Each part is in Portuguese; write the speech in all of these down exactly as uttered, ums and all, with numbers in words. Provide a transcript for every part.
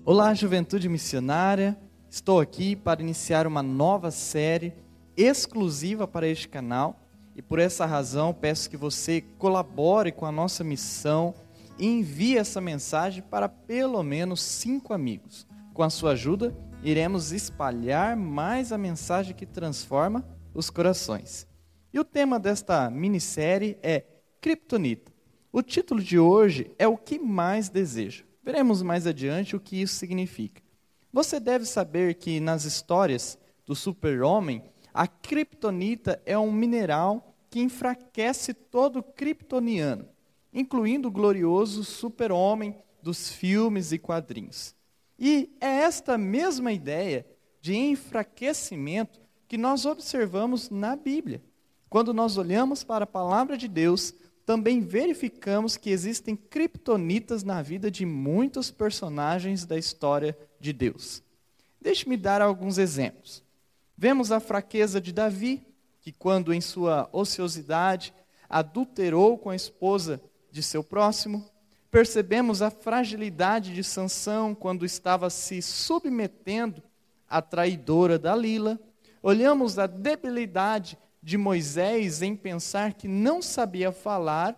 Olá, Juventude Missionária. Estou aqui para iniciar uma nova série exclusiva para este canal e por essa razão peço que você colabore com a nossa missão e envie essa mensagem para pelo menos cinco amigos. Com a sua ajuda, iremos espalhar mais a mensagem que transforma os corações. E o tema desta minissérie é Kryptonita. O título de hoje é O que mais deseja. Veremos mais adiante o que isso significa. Você deve saber que nas histórias do super-homem, a kryptonita é um mineral que enfraquece todo kryptoniano, incluindo o glorioso super-homem dos filmes e quadrinhos. E é esta mesma ideia de enfraquecimento que nós observamos na Bíblia. Quando nós olhamos para a palavra de Deus, também verificamos que existem kryptonitas na vida de muitos personagens da história de Deus. Deixe-me dar alguns exemplos. Vemos a fraqueza de Davi, que quando em sua ociosidade adulterou com a esposa de seu próximo. Percebemos a fragilidade de Sansão quando estava se submetendo à traidora Dalila. Olhamos a debilidade de Moisés em pensar que não sabia falar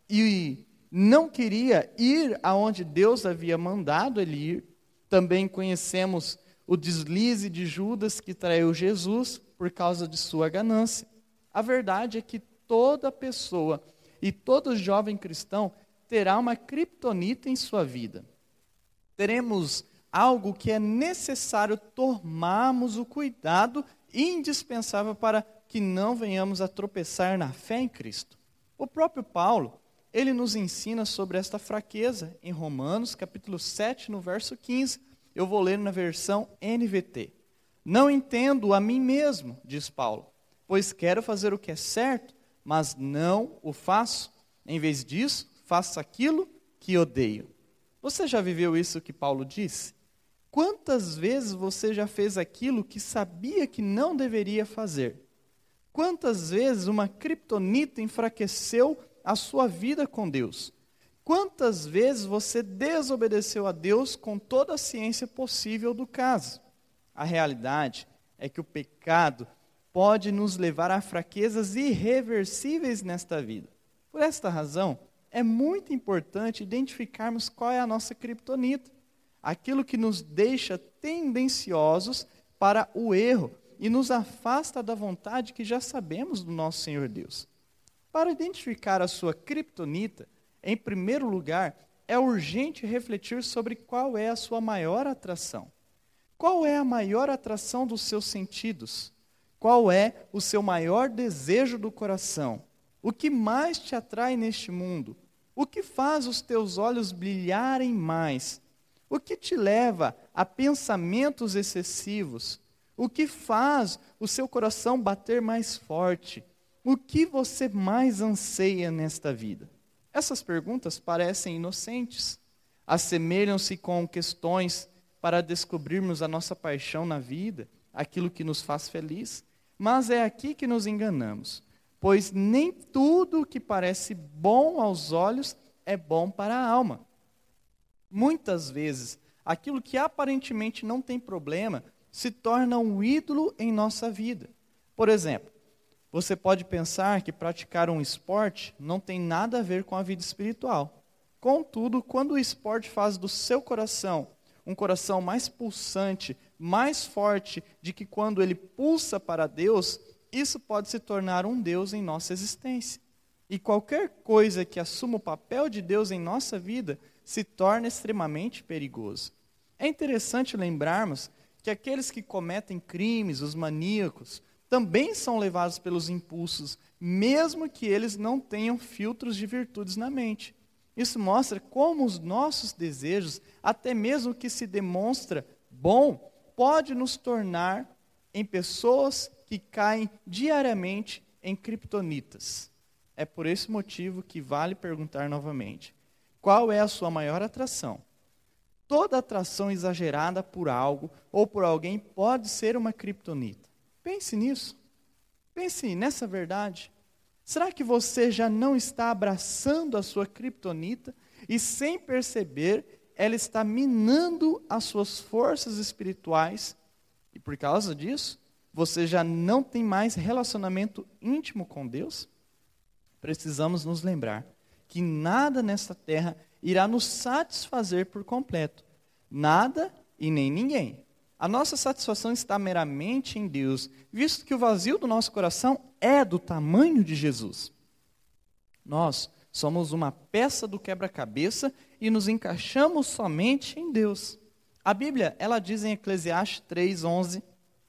e não queria ir aonde Deus havia mandado ele ir. Também conhecemos o deslize de Judas que traiu Jesus por causa de sua ganância. A verdade é que toda pessoa e todo jovem cristão terá uma kryptonita em sua vida. Teremos algo que é necessário tomarmos o cuidado indispensável para que não venhamos a tropeçar na fé em Cristo. O próprio Paulo, ele nos ensina sobre esta fraqueza em Romanos, capítulo sete, no verso quinze. Eu vou ler na versão N V T. Não entendo a mim mesmo, diz Paulo, pois quero fazer o que é certo, mas não o faço. Em vez disso, faço aquilo que odeio. Você já viveu isso que Paulo disse? Quantas vezes você já fez aquilo que sabia que não deveria fazer? Quantas vezes uma kryptonita enfraqueceu a sua vida com Deus? Quantas vezes você desobedeceu a Deus com toda a ciência possível do caso? A realidade é que o pecado pode nos levar a fraquezas irreversíveis nesta vida. Por esta razão, é muito importante identificarmos qual é a nossa kryptonita, aquilo que nos deixa tendenciosos para o erro e nos afasta da vontade que já sabemos do nosso Senhor Deus. Para identificar a sua kryptonita, em primeiro lugar, é urgente refletir sobre qual é a sua maior atração. Qual é a maior atração dos seus sentidos? Qual é o seu maior desejo do coração? O que mais te atrai neste mundo? O que faz os teus olhos brilharem mais? O que te leva a pensamentos excessivos? O que faz o seu coração bater mais forte? O que você mais anseia nesta vida? Essas perguntas parecem inocentes, assemelham-se com questões para descobrirmos a nossa paixão na vida, aquilo que nos faz feliz, mas é aqui que nos enganamos, pois nem tudo que parece bom aos olhos é bom para a alma. Muitas vezes, aquilo que aparentemente não tem problema se torna um ídolo em nossa vida. Por exemplo, você pode pensar que praticar um esporte não tem nada a ver com a vida espiritual. Contudo, quando o esporte faz do seu coração um coração mais pulsante, mais forte de que quando ele pulsa para Deus, isso pode se tornar um Deus em nossa existência. E qualquer coisa que assuma o papel de Deus em nossa vida se torna extremamente perigoso. É interessante lembrarmos que aqueles que cometem crimes, os maníacos, também são levados pelos impulsos, mesmo que eles não tenham filtros de virtudes na mente. Isso mostra como os nossos desejos, até mesmo que se demonstra bom, pode nos tornar em pessoas que caem diariamente em kryptonitas. É por esse motivo que vale perguntar novamente: qual é a sua maior atração? Toda atração exagerada por algo ou por alguém pode ser uma kryptonita. Pense nisso. Pense nessa verdade. Será que você já não está abraçando a sua kryptonita e, sem perceber, ela está minando as suas forças espirituais, e por causa disso, você já não tem mais relacionamento íntimo com Deus? Precisamos nos lembrar que nada nesta terra irá nos satisfazer por completo. Nada e nem ninguém. A nossa satisfação está meramente em Deus, visto que o vazio do nosso coração é do tamanho de Jesus. Nós somos uma peça do quebra-cabeça e nos encaixamos somente em Deus. A Bíblia, ela diz em Eclesiastes três, onze,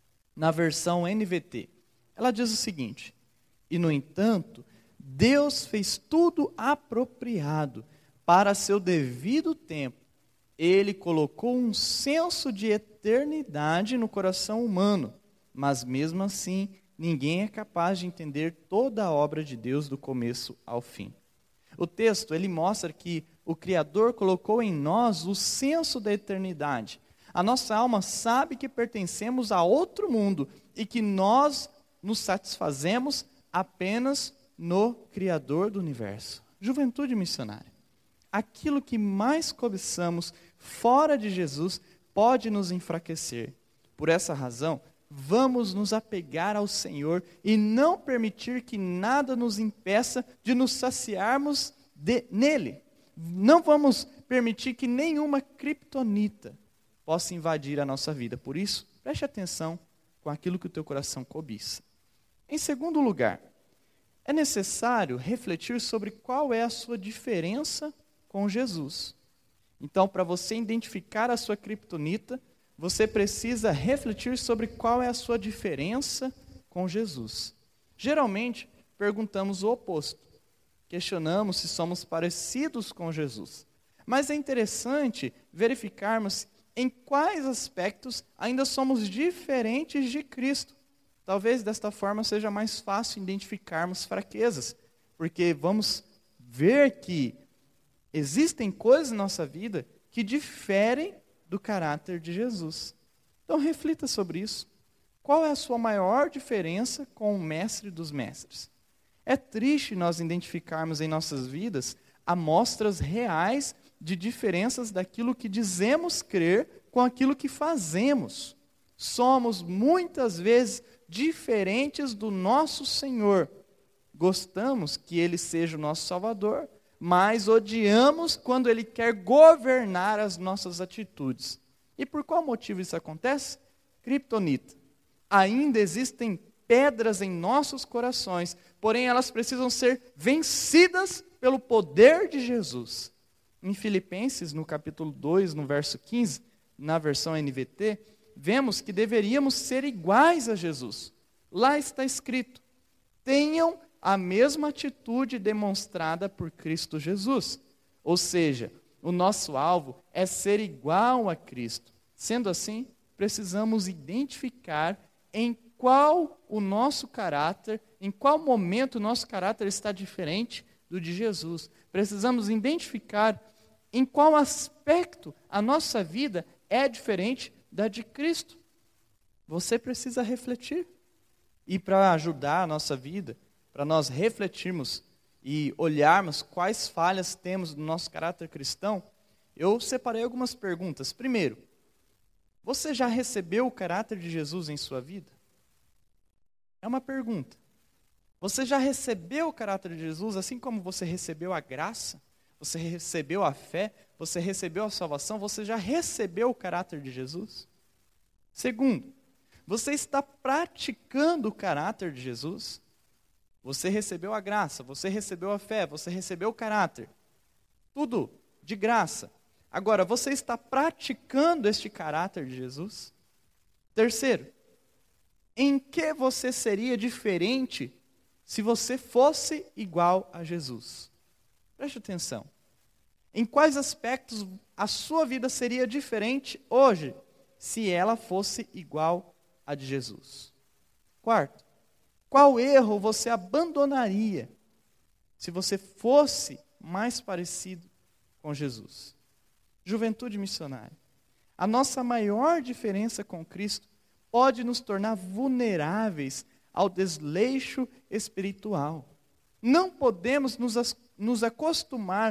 na versão N V T, ela diz o seguinte: e no entanto, Deus fez tudo apropriado para seu devido tempo. Ele colocou um senso de eternidade no coração humano, mas mesmo assim, ninguém é capaz de entender toda a obra de Deus do começo ao fim. O texto, ele mostra que o Criador colocou em nós o senso da eternidade. A nossa alma sabe que pertencemos a outro mundo e que nós nos satisfazemos apenas no Criador do universo. Juventude missionária. Aquilo que mais cobiçamos fora de Jesus pode nos enfraquecer. Por essa razão, vamos nos apegar ao Senhor e não permitir que nada nos impeça de nos saciarmos de, nele. Não vamos permitir que nenhuma criptonita possa invadir a nossa vida. Por isso, preste atenção com aquilo que o teu coração cobiça. Em segundo lugar, é necessário refletir sobre qual é a sua diferença com Jesus. Então, para você identificar a sua criptonita, você precisa refletir sobre qual é a sua diferença com Jesus. Geralmente, perguntamos o oposto. Questionamos se somos parecidos com Jesus. Mas é interessante verificarmos em quais aspectos ainda somos diferentes de Cristo. Talvez desta forma seja mais fácil identificarmos fraquezas, porque vamos ver que existem coisas na nossa vida que diferem do caráter de Jesus. Então reflita sobre isso. Qual é a sua maior diferença com o mestre dos mestres? É triste nós identificarmos em nossas vidas amostras reais de diferenças daquilo que dizemos crer com aquilo que fazemos. Somos muitas vezes diferentes do nosso Senhor. Gostamos que Ele seja o nosso Salvador, mas odiamos quando Ele quer governar as nossas atitudes. E por qual motivo isso acontece? Criptonita. Ainda existem pedras em nossos corações, porém elas precisam ser vencidas pelo poder de Jesus. Em Filipenses, no capítulo dois, no verso quinze, na versão N V T, vemos que deveríamos ser iguais a Jesus. Lá está escrito: tenham a mesma atitude demonstrada por Cristo Jesus. Ou seja, o nosso alvo é ser igual a Cristo. Sendo assim, precisamos identificar em qual o nosso caráter, em qual momento o nosso caráter está diferente do de Jesus. Precisamos identificar em qual aspecto a nossa vida é diferente da de Cristo. Você precisa refletir. E para ajudar a nossa vida, para nós refletirmos e olharmos quais falhas temos no nosso caráter cristão, eu separei algumas perguntas. Primeiro, você já recebeu o caráter de Jesus em sua vida? É uma pergunta. Você já recebeu o caráter de Jesus, assim como você recebeu a graça, você recebeu a fé, você recebeu a salvação, você já recebeu o caráter de Jesus? Segundo, você está praticando o caráter de Jesus? Você recebeu a graça, você recebeu a fé, você recebeu o caráter. Tudo de graça. Agora, você está praticando este caráter de Jesus? Terceiro, em que você seria diferente se você fosse igual a Jesus? Preste atenção. Em quais aspectos a sua vida seria diferente hoje se ela fosse igual a de Jesus? Quarto, qual erro você abandonaria se você fosse mais parecido com Jesus? Juventude missionária. A nossa maior diferença com Cristo pode nos tornar vulneráveis ao desleixo espiritual. Não podemos nos, nos acostumar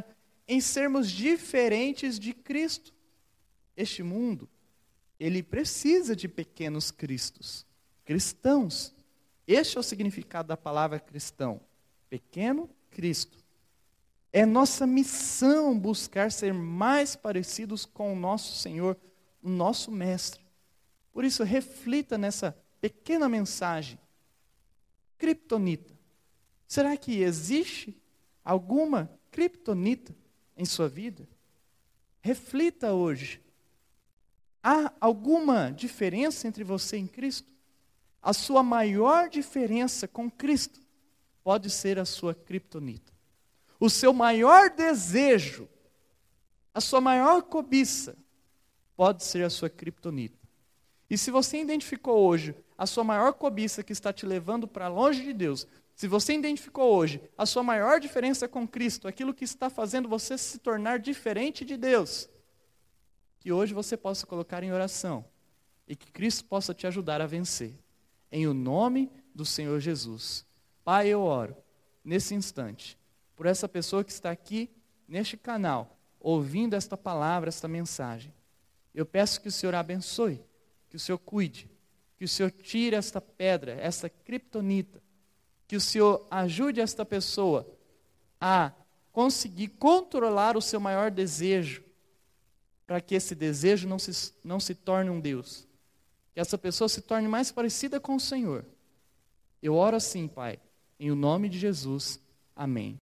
em sermos diferentes de Cristo. Este mundo, ele precisa de pequenos cristos, cristãos. Este é o significado da palavra cristão, pequeno Cristo. É nossa missão buscar ser mais parecidos com o nosso Senhor, o nosso Mestre. Por isso, reflita nessa pequena mensagem. Criptonita. Será que existe alguma criptonita em sua vida? Reflita hoje. Há alguma diferença entre você e Cristo? A sua maior diferença com Cristo pode ser a sua criptonita. O seu maior desejo, a sua maior cobiça, pode ser a sua criptonita. E se você identificou hoje a sua maior cobiça que está te levando para longe de Deus, se você identificou hoje a sua maior diferença com Cristo, aquilo que está fazendo você se tornar diferente de Deus, que hoje você possa colocar em oração e que Cristo possa te ajudar a vencer. Em o nome do Senhor Jesus. Pai, eu oro nesse instante por essa pessoa que está aqui neste canal, ouvindo esta palavra, esta mensagem. Eu peço que o Senhor abençoe, que o Senhor cuide, que o Senhor tire esta pedra, esta criptonita, que o Senhor ajude esta pessoa a conseguir controlar o seu maior desejo, para que esse desejo não se, não se torne um Deus. Que essa pessoa se torne mais parecida com o Senhor. Eu oro assim, Pai, em o nome de Jesus. Amém.